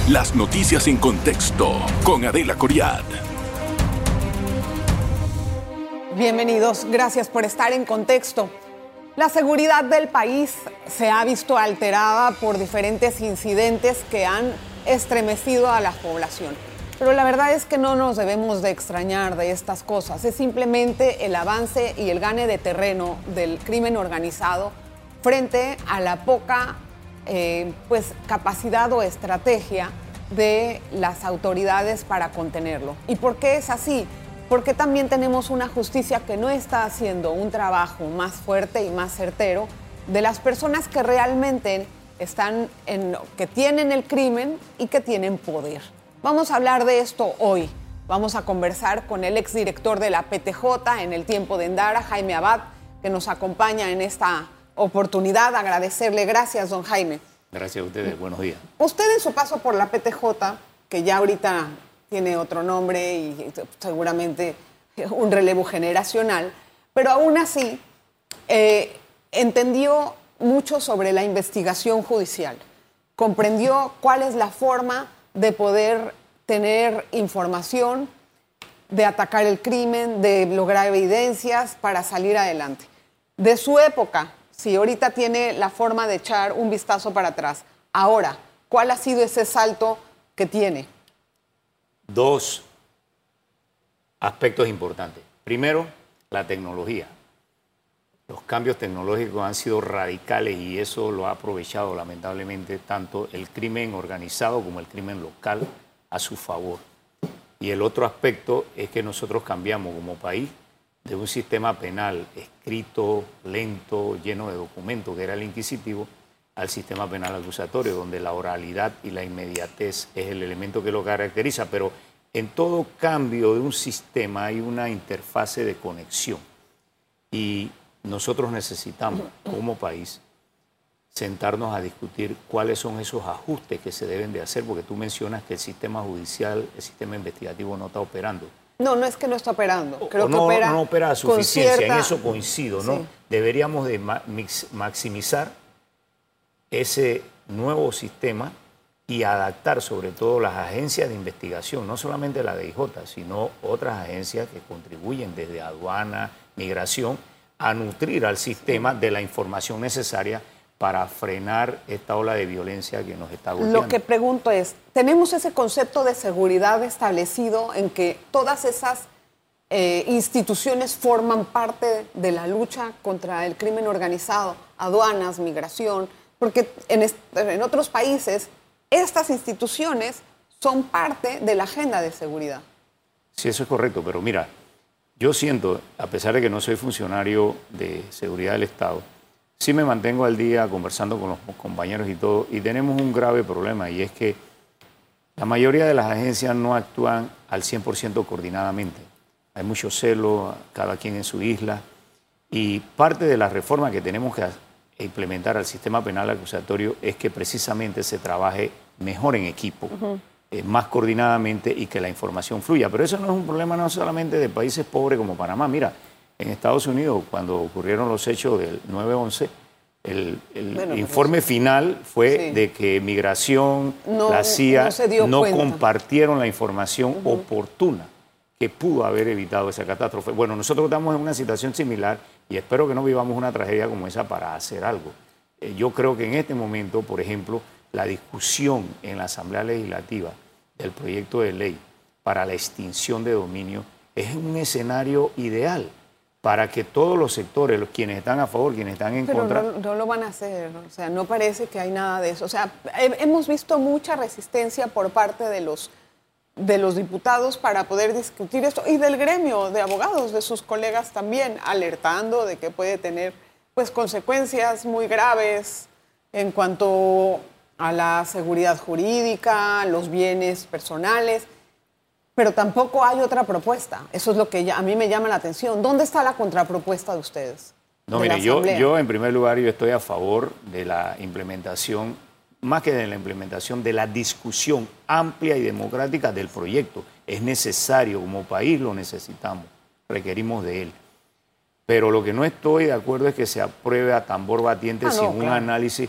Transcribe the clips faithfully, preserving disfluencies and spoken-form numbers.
Las noticias en contexto con Adela Coriad. Bienvenidos, gracias por estar en contexto. La seguridad del país se ha visto alterada por diferentes incidentes que han estremecido a la población. Pero la verdad es que no nos debemos de extrañar de estas cosas. Es simplemente el avance y el gane de terreno del crimen organizado frente a la poca eh, pues, capacidad o estrategia de las autoridades para contenerlo. ¿Y por qué es así? Porque también tenemos una justicia que no está haciendo un trabajo más fuerte y más certero de las personas que realmente están en, que tienen el crimen y que tienen poder. Vamos a hablar de esto hoy. Vamos a conversar con el exdirector de la P T J en el tiempo de Endara, Jaime Abad, que nos acompaña en esta oportunidad. Agradecerle. Gracias, don Jaime. Gracias a ustedes. Buenos días. Usted en su paso por la P T J, que ya ahorita tiene otro nombre y seguramente un relevo generacional, pero aún así eh, entendió mucho sobre la investigación judicial, comprendió cuál es la forma de poder tener información, de atacar el crimen, de lograr evidencias para salir adelante. De su época, si ahorita tiene la forma de echar un vistazo para atrás, ahora, ¿cuál ha sido ese salto que tiene? Dos aspectos importantes. Primero, la tecnología. Los cambios tecnológicos han sido radicales y eso lo ha aprovechado lamentablemente tanto el crimen organizado como el crimen local a su favor. Y el otro aspecto es que nosotros cambiamos como país de un sistema penal escrito, lento, lleno de documentos, que era el inquisitivo, al sistema penal acusatorio, donde la oralidad y la inmediatez es el elemento que lo caracteriza. Pero en todo cambio de un sistema hay una interfase de conexión. Y nosotros necesitamos, como país, sentarnos a discutir cuáles son esos ajustes que se deben de hacer, porque tú mencionas que el sistema judicial, el sistema investigativo no está operando. No, no es que no está operando. Creo o no, que opera no opera a suficiencia, cierta... en eso coincido, ¿no? Sí. Deberíamos de ma maximizar ese nuevo sistema y adaptar sobre todo las agencias de investigación, no solamente la D I J, sino otras agencias que contribuyen desde aduana, migración, a nutrir al sistema de la información necesaria para frenar esta ola de violencia que nos está golpeando. Lo que pregunto es, ¿tenemos ese concepto de seguridad establecido en que todas esas eh, instituciones forman parte de la lucha contra el crimen organizado? Aduanas, migración, porque en, en otros países estas instituciones son parte de la agenda de seguridad. Sí, eso es correcto, pero mira, yo siento, a pesar de que no soy funcionario de seguridad del Estado, sí me mantengo al día conversando con los compañeros y todo, y tenemos un grave problema, y es que la mayoría de las agencias no actúan al cien por ciento coordinadamente. Hay mucho celo, cada quien en su isla, y parte de la reforma que tenemos que implementar al sistema penal acusatorio es que precisamente se trabaje mejor en equipo, uh-huh. eh, más coordinadamente y que la información fluya. Pero eso no es un problema no solamente de países pobres como Panamá. Mira, en Estados Unidos, cuando ocurrieron los hechos del nueve once, el, el bueno, informe eso, final fue sí. de que Migración, no, la C I A, no, no compartieron la información uh-huh. oportuna que pudo haber evitado esa catástrofe. Bueno, nosotros estamos en una situación similar y espero que no vivamos una tragedia como esa para hacer algo. Eh, yo creo que en este momento, por ejemplo, la discusión en la Asamblea Legislativa del proyecto de ley para la extinción de dominio es un escenario ideal para que todos los sectores, los quienes están a favor, quienes están en Pero contra... Pero no, no lo van a hacer, o sea, no parece que hay nada de eso. O sea, he, hemos visto mucha resistencia por parte de los, de los diputados para poder discutir esto, y del gremio de abogados, de sus colegas también, alertando de que puede tener pues, consecuencias muy graves en cuanto a la seguridad jurídica, los bienes personales, pero tampoco hay otra propuesta. Eso es lo que ya, a mí me llama la atención. ¿Dónde está la contrapropuesta de ustedes? No, mire, yo, yo en primer lugar yo estoy a favor de la implementación, más que de la implementación, de la discusión amplia y democrática del proyecto. Es necesario, como país lo necesitamos, requerimos de él. Pero lo que no estoy de acuerdo es que se apruebe a tambor batiente ah, no, sin claro. un análisis.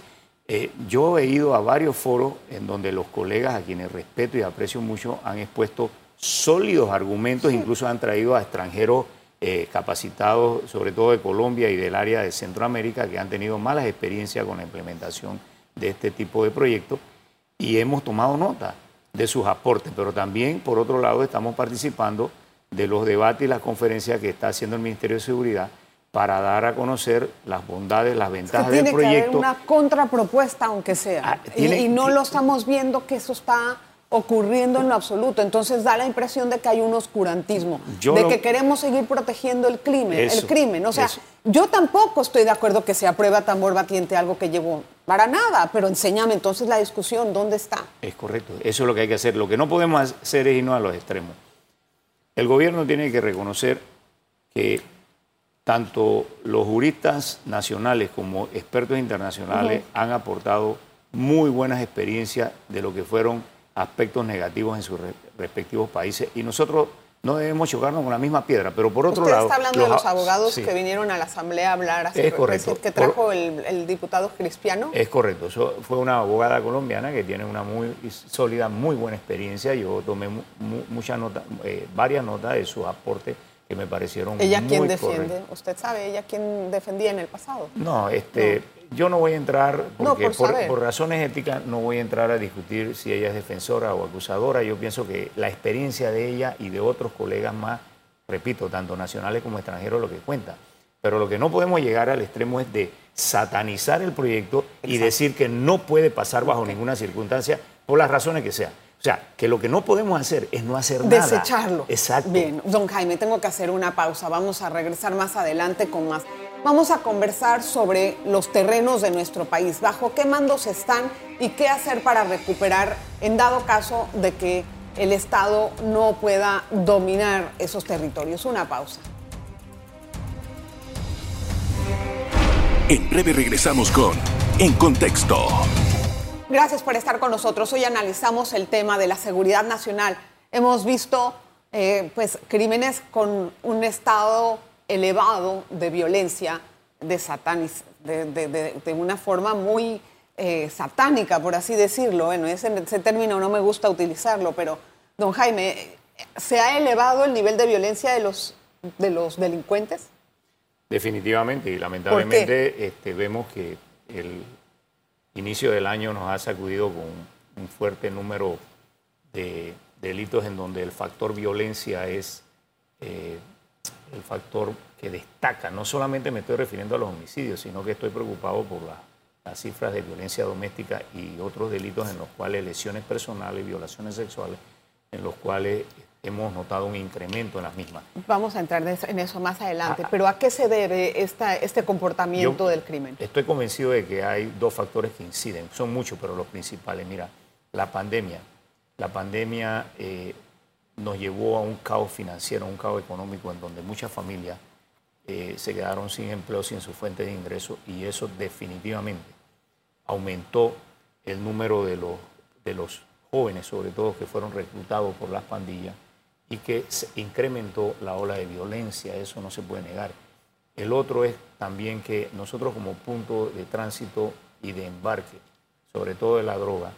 Eh, yo he ido a varios foros en donde los colegas, a quienes respeto y aprecio mucho, han expuesto sólidos argumentos, sí. Incluso han traído a extranjeros eh, capacitados, sobre todo de Colombia y del área de Centroamérica, que han tenido malas experiencias con la implementación de este tipo de proyectos, y hemos tomado nota de sus aportes, pero también, por otro lado, estamos participando de los debates y las conferencias que está haciendo el Ministerio de Seguridad para dar a conocer las bondades, las ventajas es que del proyecto. Tiene que haber una contrapropuesta, aunque sea, ah, tiene, y, y no lo estamos viendo que eso está ocurriendo en lo absoluto. Entonces da la impresión de que hay un oscurantismo, de lo, que queremos seguir protegiendo el crimen, eso, el crimen. O sea, eso. Yo tampoco estoy de acuerdo que se apruebe tambor batiente algo que llegó para nada, pero enséñame entonces la discusión, ¿dónde está? Es correcto, eso es lo que hay que hacer. Lo que no podemos hacer es irnos a los extremos. El gobierno tiene que reconocer que tanto los juristas nacionales como expertos internacionales uh-huh. han aportado muy buenas experiencias de lo que fueron aspectos negativos en sus re respectivos países, y nosotros no debemos chocarnos con la misma piedra, pero por otro Usted lado... Usted está hablando los, de los abogados sí. que vinieron a la Asamblea a hablar, hace es correcto. que trajo por, el, el diputado Cristiano. Es correcto, eso fue una abogada colombiana que tiene una muy sólida, muy buena experiencia. Yo tomé mu muchas notas, eh, varias notas de sus aportes que me parecieron ¿Ella muy quién defiende? correctos. ¿Usted sabe ella quién defendía en el pasado? No, este, no. yo no voy a entrar, porque no, por, por, por razones éticas no voy a entrar a discutir si ella es defensora o acusadora. Yo pienso que la experiencia de ella y de otros colegas más, repito, tanto nacionales como extranjeros, lo que cuenta. Pero lo que no podemos llegar al extremo es de satanizar el proyecto Exacto. y decir que no puede pasar bajo okay. ninguna circunstancia por las razones que sean. O sea, que lo que no podemos hacer es no hacer nada. Desecharlo. Exacto. Bien, don Jaime, tengo que hacer una pausa. Vamos a regresar más adelante con más. Vamos a conversar sobre los terrenos de nuestro país, bajo qué mandos están y qué hacer para recuperar en dado caso de que el Estado no pueda dominar esos territorios. Una pausa. En breve regresamos con En Contexto. Gracias por estar con nosotros. Hoy analizamos el tema de la seguridad nacional. Hemos visto eh, pues, crímenes con un estado elevado de violencia, de, satanis, de, de, de, de una forma muy eh, satánica, por así decirlo. Bueno, ese, ese término no me gusta utilizarlo, pero, don Jaime, ¿se ha elevado el nivel de violencia de los, de los delincuentes? Definitivamente, y lamentablemente este, vemos que el inicio del año nos ha sacudido con un fuerte número de delitos en donde el factor violencia es eh, el factor que destaca. No solamente me estoy refiriendo a los homicidios, sino que estoy preocupado por la, las cifras de violencia doméstica y otros delitos en los cuales lesiones personales, violaciones sexuales, en los cuales hemos notado un incremento en las mismas. Vamos a entrar en eso más adelante, ah, pero ¿a qué se debe esta, este comportamiento del crimen? Estoy convencido de que hay dos factores que inciden, son muchos, pero los principales. Mira, la pandemia. La pandemia eh, nos llevó a un caos financiero, a un caos económico en donde muchas familias eh, se quedaron sin empleo, sin su fuente de ingresos, y eso definitivamente aumentó el número de los, de los jóvenes, sobre todo, que fueron reclutados por las pandillas, y que se incrementó la ola de violencia. Eso no se puede negar. El otro es también que nosotros, como punto de tránsito y de embarque, sobre todo de la droga,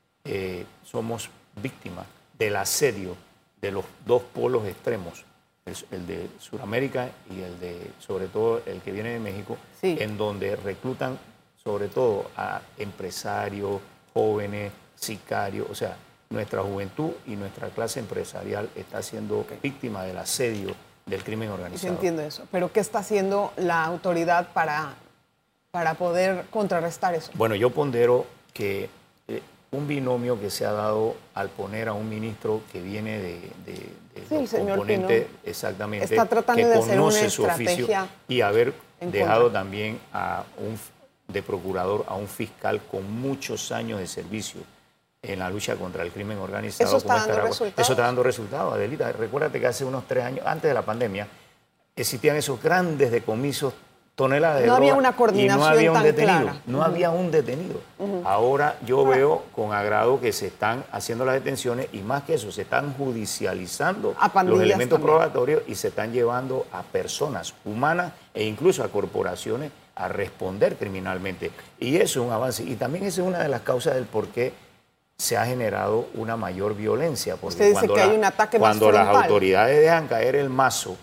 eh, somos víctimas del asedio de los dos polos extremos, el, el de Sudamérica y el de, sobre todo, el que viene de México, sí. en donde reclutan sobre todo a empresarios, jóvenes, sicarios. O sea, nuestra juventud y nuestra clase empresarial está siendo okay. víctima del asedio del crimen organizado. Yo entiendo eso, pero ¿qué está haciendo la autoridad para, para poder contrarrestar eso? Bueno, yo pondero que eh, un binomio que se ha dado al poner a un ministro que viene de, de, de sí, los componentes, exactamente, está tratando que de conoce hacer una su oficio, y haber dejado contra. también a un de procurador a un fiscal con muchos años de servicio en la lucha contra el crimen organizado. Eso está dando resultados. Eso está dando resultados, Adelita. Recuérdate que hace unos tres años, antes de la pandemia, existían esos grandes decomisos, toneladas de droga. No había una coordinación y no había un tan detenido. clara. No uh-huh. había un detenido. Uh-huh. Ahora yo uh-huh. veo con agrado que se están haciendo las detenciones, y más que eso, se están judicializando los elementos también. probatorios, y se están llevando a personas humanas e incluso a corporaciones a responder criminalmente. Y eso es un avance. Y también esa es una de las causas del por qué se ha generado una mayor violencia. Porque Usted dice cuando, que la, hay un ataque cuando más las frontal. autoridades dejan caer el mazo,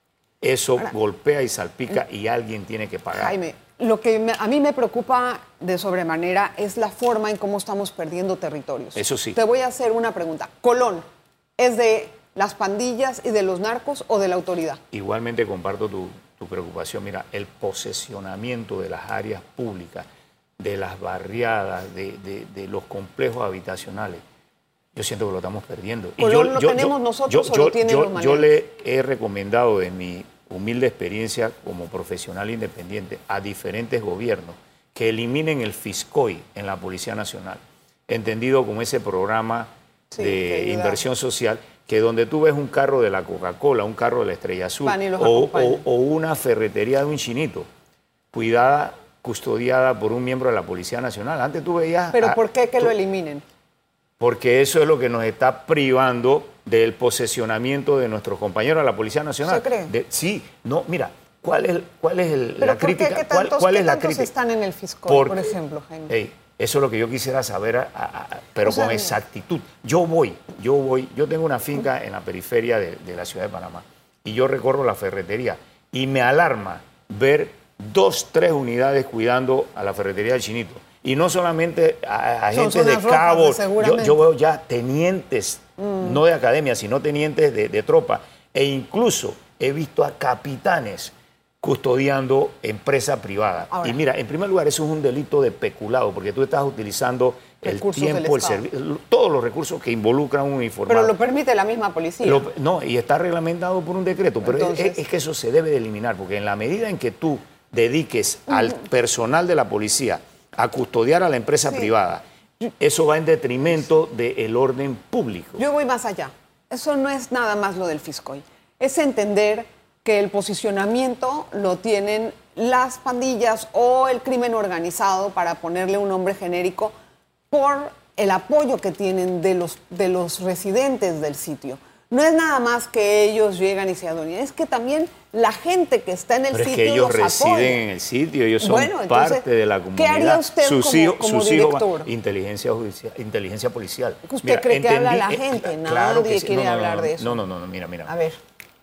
eso Ahora, golpea y salpica y alguien tiene que pagar. Jaime, lo que me, a mí me preocupa de sobremanera es la forma en cómo estamos perdiendo territorios. Eso sí. Te voy a hacer una pregunta. ¿Colón es de las pandillas y de los narcos o de la autoridad? Igualmente comparto tu, tu preocupación. Mira, el posesionamiento de las áreas públicas, de las barriadas, de, de, de los complejos habitacionales, yo siento que lo estamos perdiendo. ¿Colón y yo, lo yo, tenemos yo, nosotros yo, o lo yo, tienen yo, los maneros? yo le he recomendado de mi humilde experiencia como profesional independiente a diferentes gobiernos que eliminen el Fiscoy en la Policía Nacional, entendido como ese programa Sí, de que inversión social, que donde tú ves un carro de la Coca-Cola, un carro de la Estrella Azul Van y los o, acompañan. o, o una ferretería de un chinito, cuidada, custodiada por un miembro de la Policía Nacional. Antes tú veías... ¿Pero a- por qué que tú- lo eliminen? Porque eso es lo que nos está privando del posesionamiento de nuestros compañeros de la Policía Nacional. ¿Usted cree? De- sí, no, mira, ¿cuál es, cuál es el- ¿Pero la por qué? crítica? ¿Qué ¿Cuál, tantos, cuál qué es la tantos crítica? están en el Fiscoy, Porque- por ejemplo, Jaime? Ey, eso es lo que yo quisiera saber, a- a- a- pero O sea, con exactitud. Yo voy, yo voy, yo tengo una finca en la periferia de, de la ciudad de Panamá y yo recorro la ferretería y me alarma ver dos, tres unidades cuidando a la ferretería del Chinito. Y no solamente a- Son agentes de zonas rojas, cabo, yo, seguramente. yo veo ya tenientes, no de academia, sino tenientes de, de tropa, e incluso he visto a capitanes custodiando empresa privada. Ahora. Y mira, en primer lugar, eso es un delito de peculado, porque tú estás utilizando el Recursos del tiempo, el Estado. servicio, todos los recursos que involucran un uniformado. Pero lo permite la misma policía. Lo- no, y está reglamentado por un decreto, pero es- Entonces- es, es que eso se debe de eliminar, porque en la medida en que tú dediques al personal de la policía a custodiar a la empresa Sí. privada, eso va en detrimento del orden público. Yo voy más allá. Eso no es nada más lo del Fiscoy. Es entender que el posicionamiento lo tienen las pandillas o el crimen organizado, para ponerle un nombre genérico, por el apoyo que tienen de los, de los residentes del sitio. No es nada más que ellos llegan y se adueñan, es que también la gente que está en el Pero es sitio que ellos los residen apoya. en el sitio, ellos son Bueno, entonces, parte de la ¿qué comunidad. haría usted sus como- hijos, como sus hijos van- director? inteligencia judicial, inteligencia policial. ¿Usted cree que habla la eh, gente? cl- claro Nadie que sí. quiere No, no, no, hablar no, de eso. No, no, no, no, mira, mira. A ver,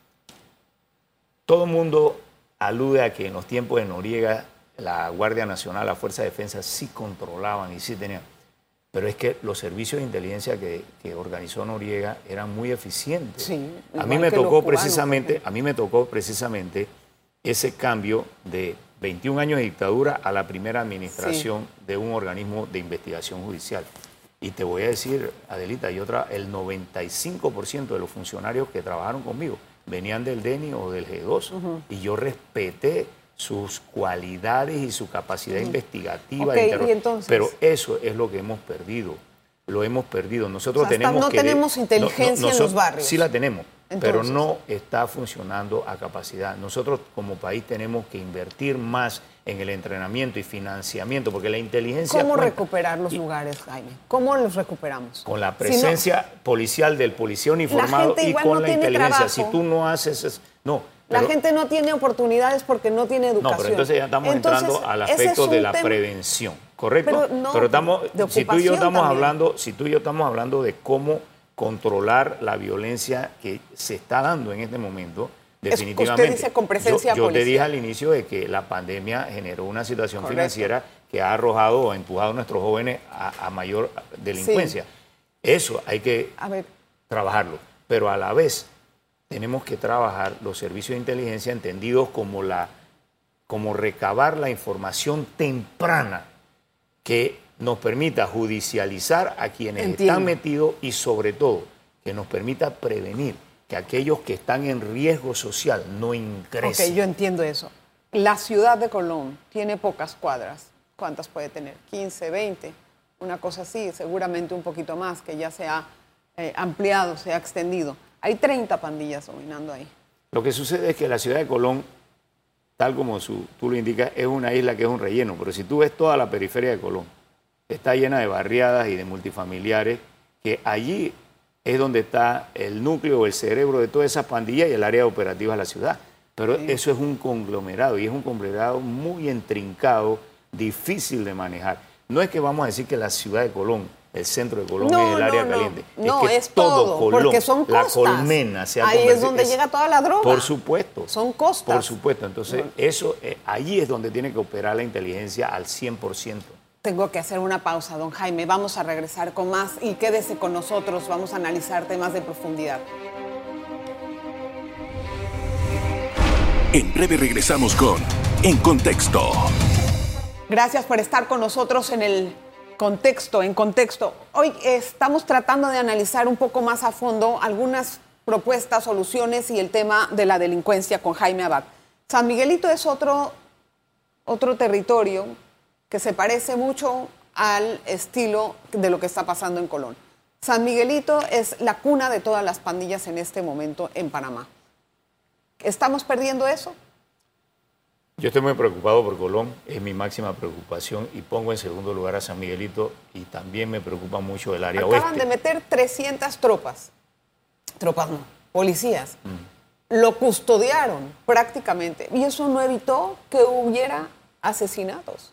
Todo el mundo alude a que en los tiempos de Noriega la Guardia Nacional, la Fuerza de Defensa sí controlaban y sí tenían. Pero es que los servicios de inteligencia que, que organizó Noriega eran muy eficientes. Sí, a mí igual me que los tocó cubanos, precisamente, por a mí me tocó precisamente ese cambio de veintiún años de dictadura a la primera administración de un organismo de investigación judicial. Y te voy a decir, Adelita, y otra, el noventa y cinco por ciento de los funcionarios que trabajaron conmigo venían del D E N I o del G dos. Y yo respeté sus cualidades y su capacidad investigativa. Ok, de interro- y entonces. Pero eso es lo que hemos perdido. Lo hemos perdido. Nosotros O sea, hasta tenemos no que... tenemos inteligencia en los barrios. Sí la tenemos, pero Entonces. no está funcionando a capacidad. Nosotros como país tenemos que invertir más en el entrenamiento y financiamiento, porque la inteligencia... ¿cómo cuenta. recuperar los lugares, Jaime? ¿Cómo los recuperamos? Con la Si no- presencia policial del policía uniformado gente y igual con no la tiene inteligencia. trabajo. Si tú no haces... es- no, La pero- gente no tiene oportunidades porque no tiene educación. No, pero entonces ya estamos Entonces, entrando al ese aspecto es de un la tema- prevención, ¿correcto? Pero no, estamos, de si tú y yo ocupación estamos también. hablando, si tú y yo estamos hablando de cómo controlar la violencia que se está dando en este momento, que usted definitivamente. dice con presencia yo, yo te policial. dije al inicio de que la pandemia generó una situación Correcto. financiera que ha arrojado o empujado a nuestros jóvenes a, a mayor delincuencia. Eso hay que A ver, trabajarlo, pero a la vez tenemos que trabajar los servicios de inteligencia entendidos como, la, como recabar la información temprana que nos permita judicializar a quienes Entiendo. están metidos y sobre todo que nos permita prevenir que aquellos que están en riesgo social no ingresen. ok, yo entiendo eso. La ciudad de Colón tiene pocas cuadras. ¿Cuántas puede tener? quince, veinte, una cosa así, seguramente un poquito más, que ya se ha eh, ampliado, se ha extendido. Hay treinta pandillas dominando ahí. Lo que sucede es que la ciudad de Colón, tal como su, tú lo indicas, es una isla que es un relleno, pero si tú ves toda la periferia de Colón, está llena de barriadas y de multifamiliares, que allí es donde está el núcleo, el cerebro de todas esas pandillas y el área operativa de la ciudad. Pero Sí. eso es un conglomerado y es un conglomerado muy intrincado, difícil de manejar. No es que vamos a decir que la ciudad de Colón, el centro de Colón No, es el área no, no. caliente. No, es que es todo, Colón, porque son la costas. colmena se ha Ahí es convertido- donde llega toda la droga. Por supuesto. Son costas. Por supuesto. Entonces, Bueno. eso, eh, ahí es donde tiene que operar la inteligencia al cien por ciento. Tengo que hacer una pausa, don Jaime. Vamos a regresar con más y quédese con nosotros. Vamos a analizar temas de profundidad. En breve regresamos con En Contexto. Gracias por estar con nosotros en el contexto, en contexto. Hoy estamos tratando de analizar un poco más a fondo algunas propuestas, soluciones y el tema de la delincuencia con Jaime Abad. San Miguelito es otro, otro territorio que se parece mucho al estilo de lo que está pasando en Colón. San Miguelito es la cuna de todas las pandillas en este momento en Panamá. ¿Estamos perdiendo eso? Yo estoy muy preocupado por Colón, es mi máxima preocupación y pongo en segundo lugar a San Miguelito y también me preocupa mucho el área Acaban oeste. de meter trescientas tropas, tropas no, policías. Mm. Lo custodiaron prácticamente y eso no evitó que hubiera asesinatos.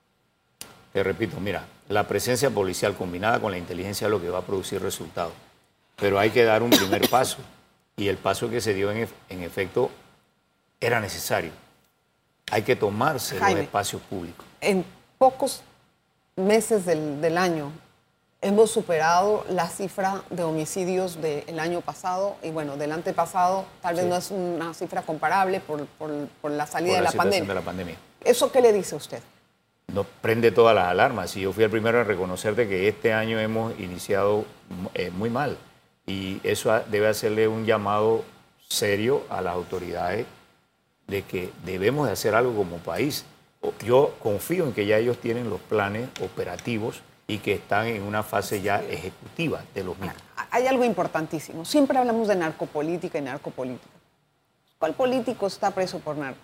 Te repito, mira, la presencia policial combinada con la inteligencia es lo que va a producir resultados, pero hay que dar un primer paso y el paso que se dio en, ef- en efecto era necesario. Hay que tomarse Jaime. los espacios públicos. En pocos meses del, del año hemos superado la cifra de homicidios del año pasado y bueno, del antepasado tal vez Sí. no es una cifra comparable por, por, por la salida Por de la la situación pandemia. de la pandemia. ¿Eso qué le dice a usted? Nos prende todas las alarmas. Y yo fui el primero en reconocerte que este año hemos iniciado eh, muy mal. Y eso ha- debe hacerle un llamado serio a las autoridades de que debemos de hacer algo como país. O- Yo confío en que ya ellos tienen los planes operativos y que están en una fase ya ejecutiva de los mismos. Hay algo importantísimo. Siempre hablamos de narcopolítica y narcopolítica. ¿Cuál político está preso por narco?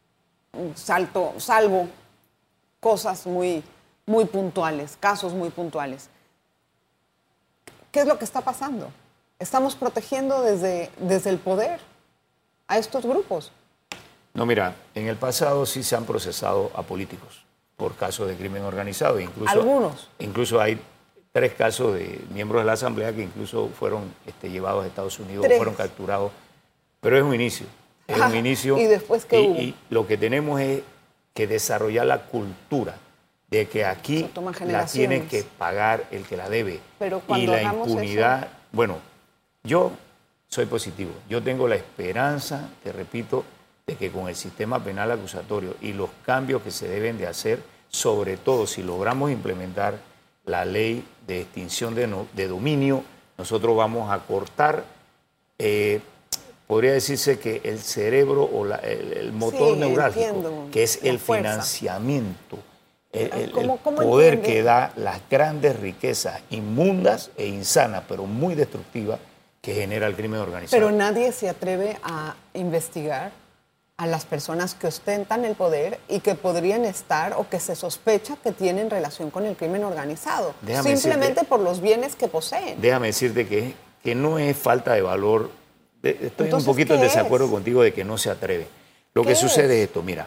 Salto, salvo cosas muy, muy puntuales, casos muy puntuales. ¿Qué es lo que está pasando? Estamos protegiendo desde, desde el poder a estos grupos. No, mira, en el pasado sí se han procesado a políticos por casos de crimen organizado. Incluso, Algunos. Incluso hay tres casos de miembros de la Asamblea que incluso fueron este, llevados a Estados Unidos, Tres. fueron capturados. Pero es un inicio. Es Ah, un inicio. ¿y después qué y, hubo? y lo que tenemos es que desarrollar la cultura de que aquí Eso toma la generaciones. tiene que pagar el que la debe. Pero y cuando la hagamos impunidad, eso- bueno, yo soy positivo. Yo tengo la esperanza, te repito, de que con el sistema penal acusatorio y los cambios que se deben de hacer, sobre todo si logramos implementar la ley de extinción de, no- de dominio, nosotros vamos a cortar, eh, podría decirse que el cerebro o la- el, el motor Sí, neurálgico, entiendo, que es la el fuerza. financiamiento, el, el- el ¿Cómo- cómo poder entiende? que da las grandes riquezas inmundas e insanas, pero muy destructivas, que genera el crimen organizado. Pero nadie se atreve a investigar a las personas que ostentan el poder y que podrían estar o que se sospecha que tienen relación con el crimen organizado, Déjame simplemente decirte- por los bienes que poseen. Déjame decirte que, que no es falta de valor. De- Estoy Entonces, un poquito en ¿qué desacuerdo es? contigo de que no se atreve. Lo ¿Qué que sucede es? es esto, mira.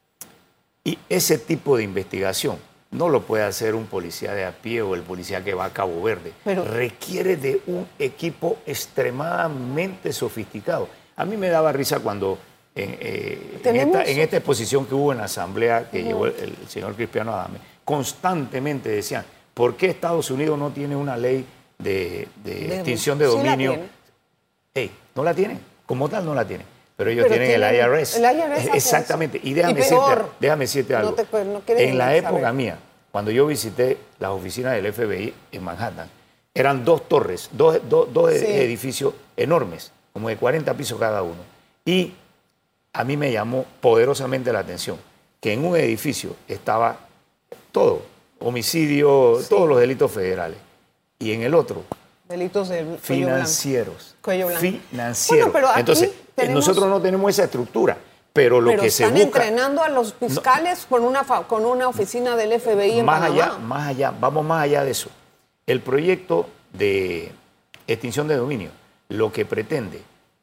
Y ese tipo de investigación no lo puede hacer un policía de a pie o el policía que va a Cabo Verde. Pero- requiere de un equipo extremadamente sofisticado. A mí me daba risa cuando en, eh, en, Tenemos- esta, en esta exposición que hubo en la asamblea que llevó el, el señor Cristiano Adame, constantemente decían, ¿por qué Estados Unidos no tiene una ley de, de De- extinción de sí la dominio? tiene. Ey, no la tienen, como tal no la tienen. Pero ellos Pero tienen, el tienen I R S. el I R S hace Exactamente. eso. Y déjame, Y peor, decirte, déjame decirte no algo. te cu- no quieren en la ni época saber. mía, cuando yo visité las oficinas del F B I en Manhattan, eran dos torres, dos, dos- dos Sí. edificios enormes, como de cuarenta pisos cada uno. Y a mí me llamó poderosamente la atención que en un edificio estaba todo, homicidio, todos los delitos federales. Y en el otro, Delitos del cuello blanco. financieros. Cuello blanco. Financieros. Bueno, pero aquí Entonces, tenemos- nosotros no tenemos esa estructura, pero lo Pero que se están busca... entrenando a los fiscales con, una fa- con una oficina del F B I en más Panamá. allá, más allá, vamos más allá de eso. El proyecto de extinción de dominio lo que pretende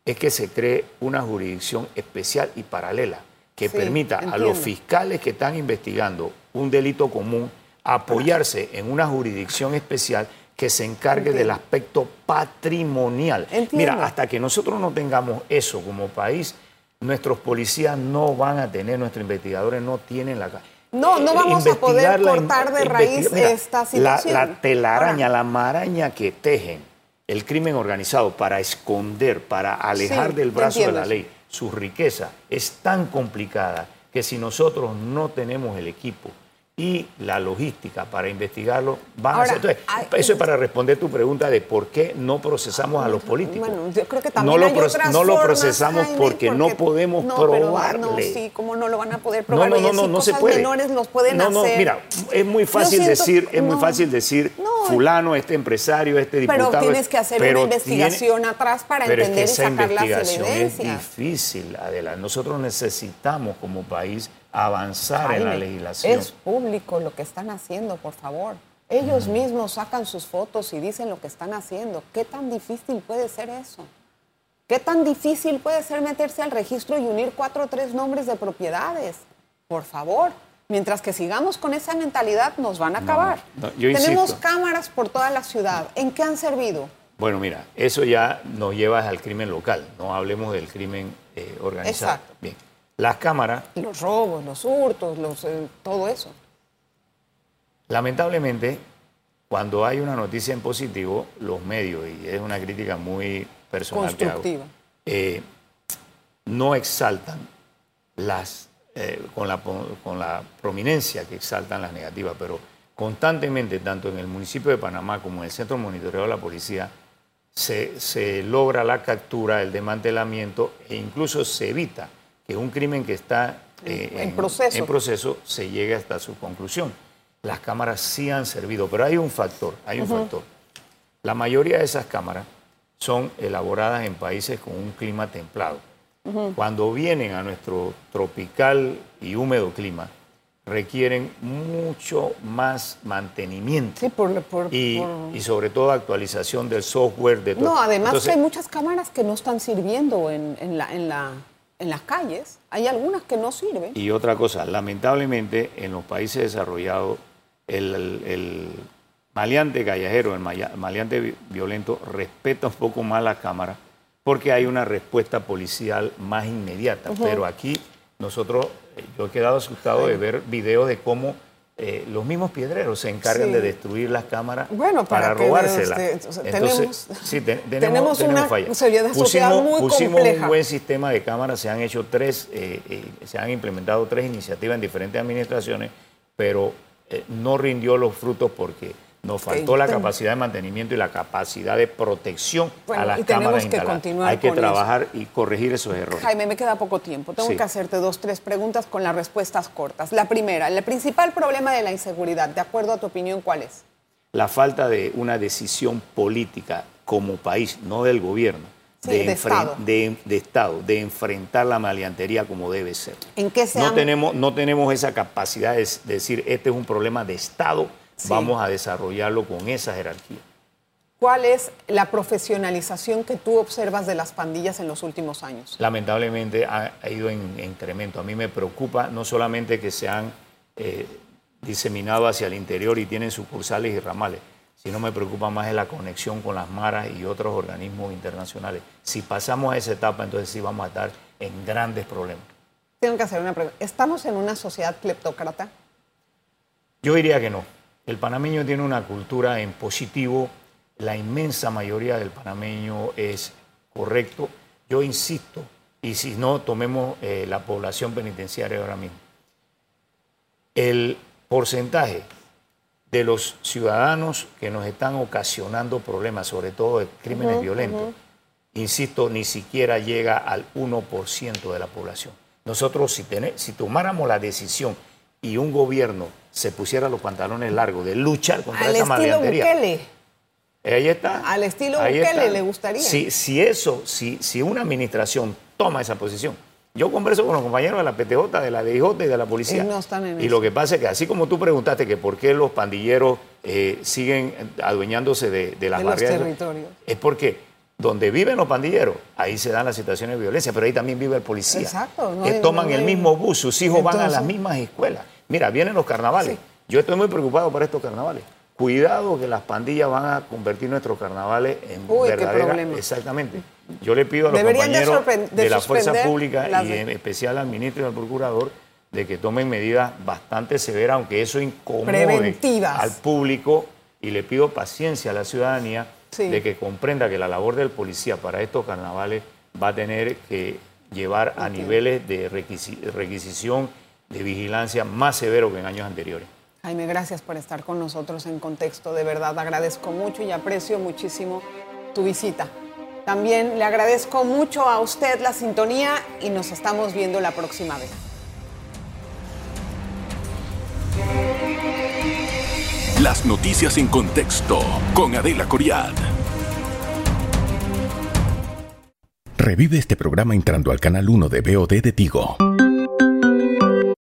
es que se cree una jurisdicción especial y paralela que Sí, permita entiendo. a los fiscales que están investigando un delito común apoyarse en una jurisdicción especial que se encargue Entiendo. del aspecto patrimonial. Entiendo. Mira, hasta que nosotros no tengamos eso como país, nuestros policías no van a tener, nuestros investigadores no tienen la... No, no eh, vamos a poder investigar la- cortar de investigar- raíz mira, esta situación. La, la telaraña, Ahora, la maraña que tejen el crimen organizado para esconder, para alejar Sí, del te brazo de entiendo la eso. ley su riqueza, es tan complicada que si nosotros no tenemos el equipo y la logística para investigarlo, van Ahora, a ser... Entonces, hay- eso es para responder tu pregunta de por qué no procesamos a los políticos. Bueno, yo creo que también no lo, hay pro- otras no lo formas, procesamos Jaime, porque, no podemos no, pero probarle. No, sí, ¿cómo no lo van a poder No, probar? no, Oye, no, no, si no se cosas puede. menores los pueden no, no, hacer. mira, es muy fácil siento- decir, es muy no, fácil decir no, fulano, este empresario, este diputado. Pero tienes que hacer pero una investigación tiene- atrás para pero entender es que y esa sacar las investigación evidencias. es difícil, Adela. Nosotros necesitamos como país avanzar en la Jaime, legislación. Es público lo que están haciendo, por favor. Ellos mismos sacan sus fotos y dicen lo que están haciendo. ¿Qué tan difícil puede ser eso? ¿Qué tan difícil puede ser meterse al registro y unir cuatro o tres nombres de propiedades? Por favor. Mientras que sigamos con esa mentalidad, nos van a acabar. no, yo Tenemos insisto. cámaras por toda la ciudad. ¿En qué han servido? Bueno, mira, eso ya nos lleva al crimen local, no hablemos del crimen eh, organizado. Exacto. Bien, las cámaras, Los robos, los hurtos, los, eh, todo eso. lamentablemente, cuando hay una noticia en positivo, los medios, y es una crítica muy personal que hago, Constructiva. eh, no exaltan las, eh, con, la, con la prominencia que exaltan las negativas, pero constantemente, tanto en el municipio de Panamá como en el Centro de Monitoreo de la Policía, se, se logra la captura, el desmantelamiento e incluso se evita que un crimen que está eh, En proceso. en proceso se llegue hasta su conclusión. Las cámaras sí han servido, pero hay un factor, hay un factor. La mayoría de esas cámaras son elaboradas en países con un clima templado. Cuando vienen a nuestro tropical y húmedo clima, requieren mucho más mantenimiento Sí, por, por- y, por- y sobre todo actualización del software. De todo. No, además Entonces, que hay muchas cámaras que no están sirviendo en, en, la, en, la, en las calles. Hay algunas que no sirven. Y otra cosa, lamentablemente en los países desarrollados, el, el- el maleante callejero, el maya- maleante vi- violento, respeta un poco más la cámara porque hay una respuesta policial más inmediata. Pero aquí nosotros, eh, yo he quedado asustado de ver videos de cómo eh, los mismos piedreros se encargan Sí. de destruir las cámaras Bueno, para para que robárselas. este, o sea, Entonces, tenemos- sí, te- tenemos, tenemos tenemos una falla. sociedad- sociedad Pusimos, muy pusimos compleja. un buen sistema de cámaras, se han hecho tres, eh, eh, se han implementado tres iniciativas en diferentes administraciones, pero eh, no rindió los frutos porque nos faltó la ten- capacidad de mantenimiento y la capacidad de protección Bueno, a las y tenemos cámaras que instaladas. continuar Hay que con eso. trabajar y corregir esos errores. Jaime, me queda poco tiempo. Tengo Sí. que hacerte dos, tres preguntas con las respuestas cortas. La primera, el principal problema de la inseguridad, de acuerdo a tu opinión, ¿cuál es? La falta de una decisión política como país, no del gobierno, Sí, de enfren- Estado. de- de Estado, de enfrentar la maleantería como debe ser. ¿En qué se No han- tenemos, no tenemos esa capacidad de s- decir, este es un problema de Estado, Sí. vamos a desarrollarlo con esa jerarquía. ¿Cuál es la profesionalización que tú observas de las pandillas en los últimos años? Lamentablemente ha, ha ido en, en incremento. A mí me preocupa no solamente que se han eh, diseminado hacia el interior y tienen sucursales y ramales, sino me preocupa más es la conexión con las maras y otros organismos internacionales. Si pasamos a esa etapa, entonces sí vamos a estar en grandes problemas. Tengo que hacer una pregunta. ¿Estamos en una sociedad cleptócrata? Yo diría que no. El panameño tiene una cultura en positivo. La inmensa mayoría del panameño es correcto. Yo insisto, y si no, tomemos eh, la población penitenciaria ahora mismo. El porcentaje de los ciudadanos que nos están ocasionando problemas, sobre todo de crímenes Ujú, violentos, ujú. insisto, ni siquiera llega al uno por ciento de la población. Nosotros, si, tené- si tomáramos la decisión y un gobierno se pusiera los pantalones largos de luchar contra Al esa estilo maleantería. Bukele. Ahí está. Al estilo Ahí Bukele está. le gustaría. Si, si eso, si, si una administración toma esa posición. Yo converso con los compañeros de la P T J, de la D I J y de la policía. Y no están en y eso. lo que pasa es que así como tú preguntaste que por qué los pandilleros eh, siguen adueñándose de, de las De los barreras, territorios. es porque donde viven los pandilleros, ahí se dan las situaciones de violencia, pero ahí también vive el policía. Exacto. No que hay, toman no hay... el mismo bus, sus hijos Entonces... van a las mismas escuelas. Mira, vienen los carnavales. Sí. Yo estoy muy preocupado por estos carnavales. Cuidado que las pandillas van a convertir nuestros carnavales en Uy, verdaderas... Exactamente. Yo le pido a los Deberían compañeros de, de, de la Fuerza Pública las... y en especial al ministro y al procurador de que tomen medidas bastante severas, aunque eso incomode al público, y le pido paciencia a la ciudadanía sí. de que comprenda que la labor del policía para estos carnavales va a tener que llevar a okay. niveles de requisi requisición, de vigilancia más severos que en años anteriores. Jaime, gracias por estar con nosotros en Contexto. De verdad, agradezco mucho y aprecio muchísimo tu visita. También le agradezco mucho a usted la sintonía y nos estamos viendo la próxima vez. Las noticias en contexto con Adela Coriad. Revive este programa entrando al canal uno de V O D de Tigo.